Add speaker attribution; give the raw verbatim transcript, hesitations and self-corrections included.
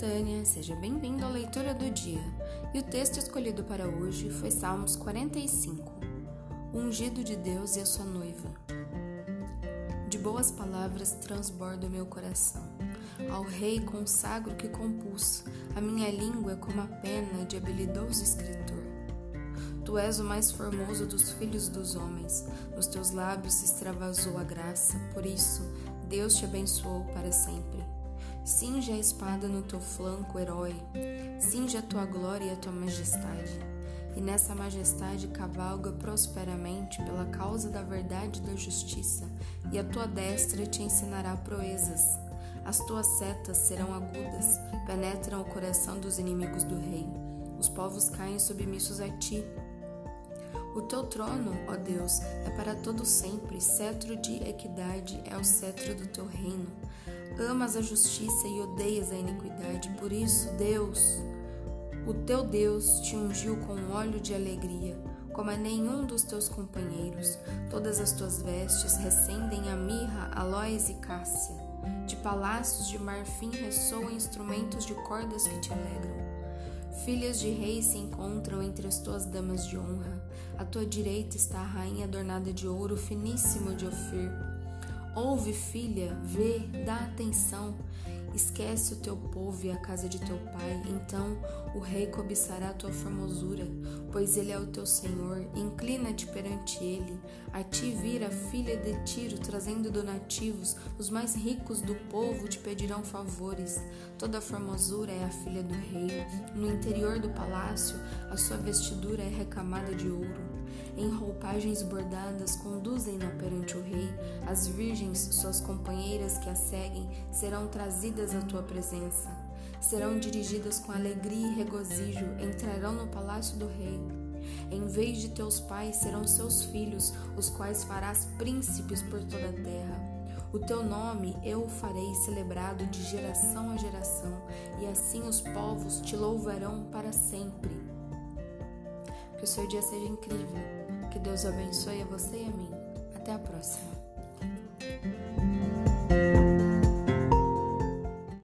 Speaker 1: Tânia, seja bem-vindo à leitura do dia. E o texto escolhido para hoje foi Salmos quarenta e cinco, o ungido de Deus e a sua noiva. De boas palavras transborda o meu coração. Ao rei consagro que compus, a minha língua é como a pena de habilidoso escritor. Tu és o mais formoso dos filhos dos homens, nos teus lábios se extravasou a graça, por isso Deus te abençoou para sempre. Cinge a espada no teu flanco, herói, cinge a tua glória e a tua majestade. E nessa majestade cavalga prosperamente pela causa da verdade e da justiça, e a tua destra te ensinará proezas. As tuas setas serão agudas, penetram o coração dos inimigos do rei. Os povos caem submissos a ti. O teu trono, ó Deus, é para todo sempre, cetro de equidade é o cetro do teu reino. Amas a justiça e odeias a iniquidade, por isso, Deus, o teu Deus, te ungiu com óleo de alegria, como a nenhum dos teus companheiros. Todas as tuas vestes recendem a mirra, aloés e cássia. De palácios de marfim ressoam instrumentos de cordas que te alegram. Filhas de reis se encontram entre as tuas damas de honra. À tua direita está a rainha adornada de ouro finíssimo de Ofir. Ouve, filha, vê, dá atenção. Esquece o teu povo e a casa de teu pai. Então o rei cobiçará a tua formosura, pois ele é o teu Senhor. Inclina-te perante ele. A ti vira a filha de Tiro, trazendo donativos. Os mais ricos do povo te pedirão favores. Toda a formosura é a filha do rei. No interior do palácio, a sua vestidura é recamada de ouro. Em roupagens bordadas conduzem-na perante o rei. As virgens, suas companheiras que a seguem, serão trazidas à tua presença. Serão dirigidas com alegria e regozijo, entrarão no palácio do rei. Em vez de teus pais serão seus filhos, os quais farás príncipes por toda a terra. O teu nome eu o farei celebrado de geração a geração, e assim os povos te louvarão para sempre. Que o seu dia seja incrível. Que Deus abençoe a você e a mim. Até a próxima.